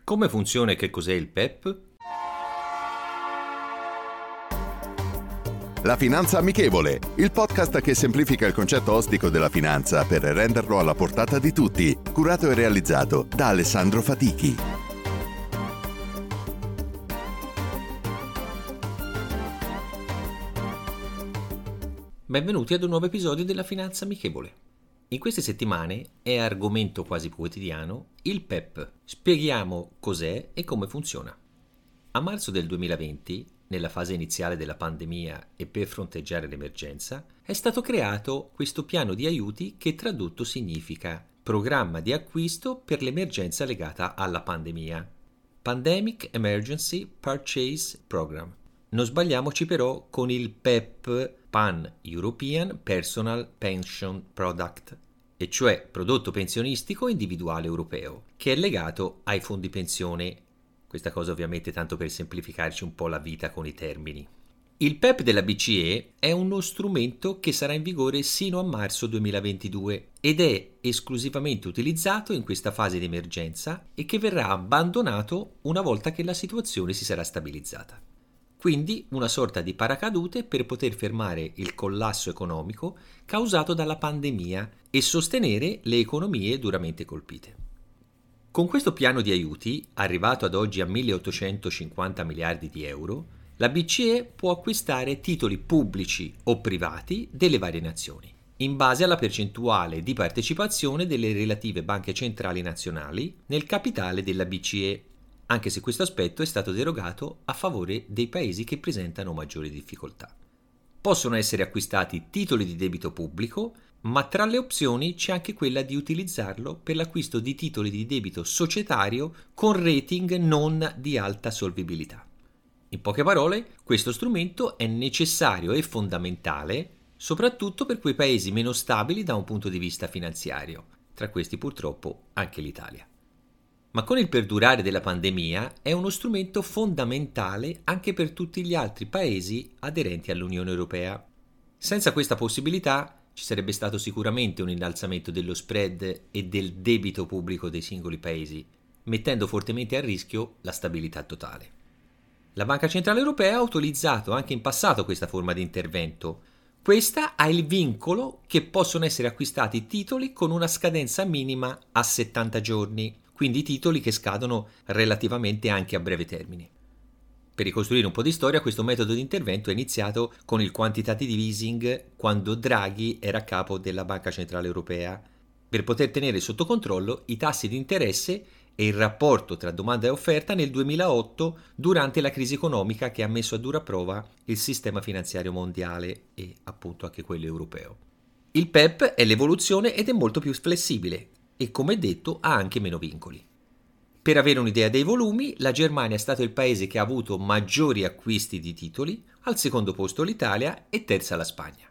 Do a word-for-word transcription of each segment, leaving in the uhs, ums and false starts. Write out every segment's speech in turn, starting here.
Come funziona e che cos'è il P E P? La Finanza Amichevole, il podcast che semplifica il concetto ostico della finanza per renderlo alla portata di tutti, curato e realizzato da Alessandro Fatichi. Benvenuti ad un nuovo episodio della Finanza Amichevole. In queste settimane è argomento quasi quotidiano il P E P. Spieghiamo cos'è e come funziona. A marzo del duemilaventi, nella fase iniziale della pandemia e per fronteggiare l'emergenza, è stato creato questo piano di aiuti che tradotto significa Programma di acquisto per l'emergenza legata alla pandemia. Pandemic Emergency Purchase Program. Non sbagliamoci però con il P E P, Pan European Personal Pension Product, e cioè prodotto pensionistico individuale europeo, che è legato ai fondi pensione. Questa cosa ovviamente tanto per semplificarci un po' la vita con i termini. Il P E P della B C E è uno strumento che sarà in vigore sino a marzo duemilaventidue ed è esclusivamente utilizzato in questa fase di emergenza e che verrà abbandonato una volta che la situazione si sarà stabilizzata. Quindi una sorta di paracadute per poter fermare il collasso economico causato dalla pandemia e sostenere le economie duramente colpite. Con questo piano di aiuti, arrivato ad oggi a milleottocentocinquanta miliardi di euro, la B C E può acquistare titoli pubblici o privati delle varie nazioni, in base alla percentuale di partecipazione delle relative banche centrali nazionali nel capitale della B C E, anche se questo aspetto è stato derogato a favore dei paesi che presentano maggiori difficoltà. Possono essere acquistati titoli di debito pubblico, ma tra le opzioni c'è anche quella di utilizzarlo per l'acquisto di titoli di debito societario con rating non di alta solvibilità. In poche parole, questo strumento è necessario e fondamentale soprattutto per quei paesi meno stabili da un punto di vista finanziario, tra questi purtroppo anche l'Italia. Ma con il perdurare della pandemia è uno strumento fondamentale anche per tutti gli altri paesi aderenti all'Unione Europea. Senza questa possibilità ci sarebbe stato sicuramente un innalzamento dello spread e del debito pubblico dei singoli paesi, mettendo fortemente a rischio la stabilità totale. La Banca Centrale Europea ha utilizzato anche in passato questa forma di intervento. Questa ha il vincolo che possono essere acquistati titoli con una scadenza minima a settanta giorni, quindi titoli che scadono relativamente anche a breve termine. Per ricostruire un po' di storia, questo metodo di intervento è iniziato con il quantitative easing quando Draghi era a capo della Banca Centrale Europea, per poter tenere sotto controllo i tassi di interesse e il rapporto tra domanda e offerta nel duemilaotto durante la crisi economica che ha messo a dura prova il sistema finanziario mondiale e appunto anche quello europeo. Il P E P è l'evoluzione ed è molto più flessibile e, come detto, ha anche meno vincoli. Per avere un'idea dei volumi, la Germania è stato il paese che ha avuto maggiori acquisti di titoli, al secondo posto l'Italia e terza la Spagna.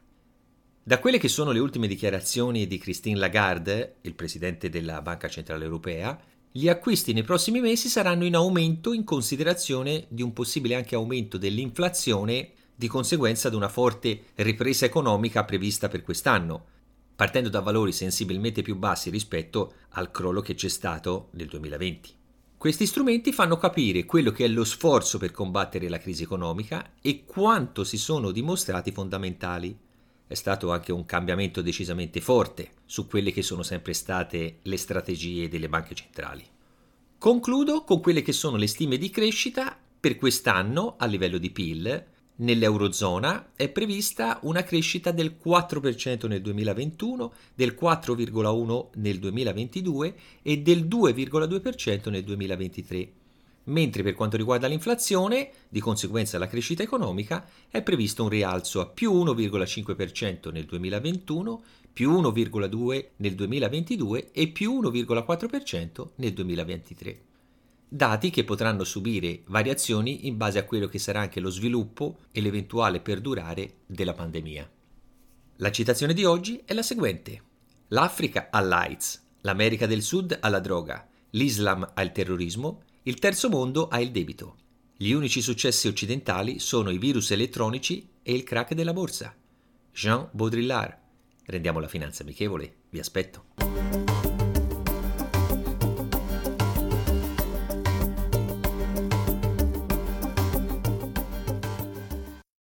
Da quelle che sono le ultime dichiarazioni di Christine Lagarde, il presidente della Banca Centrale Europea, gli acquisti nei prossimi mesi saranno in aumento in considerazione di un possibile anche aumento dell'inflazione di conseguenza di una forte ripresa economica prevista per quest'anno, partendo da valori sensibilmente più bassi rispetto al crollo che c'è stato nel duemilaventi. Questi strumenti fanno capire quello che è lo sforzo per combattere la crisi economica e quanto si sono dimostrati fondamentali. È stato anche un cambiamento decisamente forte su quelle che sono sempre state le strategie delle banche centrali. Concludo con quelle che sono le stime di crescita per quest'anno a livello di P I L. Nell'Eurozona è prevista una crescita del quattro per cento nel duemilaventuno, del quattro virgola uno per cento nel duemilaventidue e del due virgola due per cento nel duemilaventitré. Mentre per quanto riguarda l'inflazione, di conseguenza la crescita economica, è previsto un rialzo a più uno virgola cinque per cento nel duemilaventuno, più uno virgola due per cento nel duemilaventidue e più uno virgola quattro per cento nel duemilaventitré. Dati che potranno subire variazioni in base a quello che sarà anche lo sviluppo e l'eventuale perdurare della pandemia. La citazione di oggi è la seguente: l'Africa all'AIDS, l'America del Sud alla droga, l'Islam al terrorismo, il terzo mondo ha il debito. Gli unici successi occidentali sono i virus elettronici e il crack della borsa. Jean Baudrillard. Rendiamo la finanza amichevole. Vi aspetto.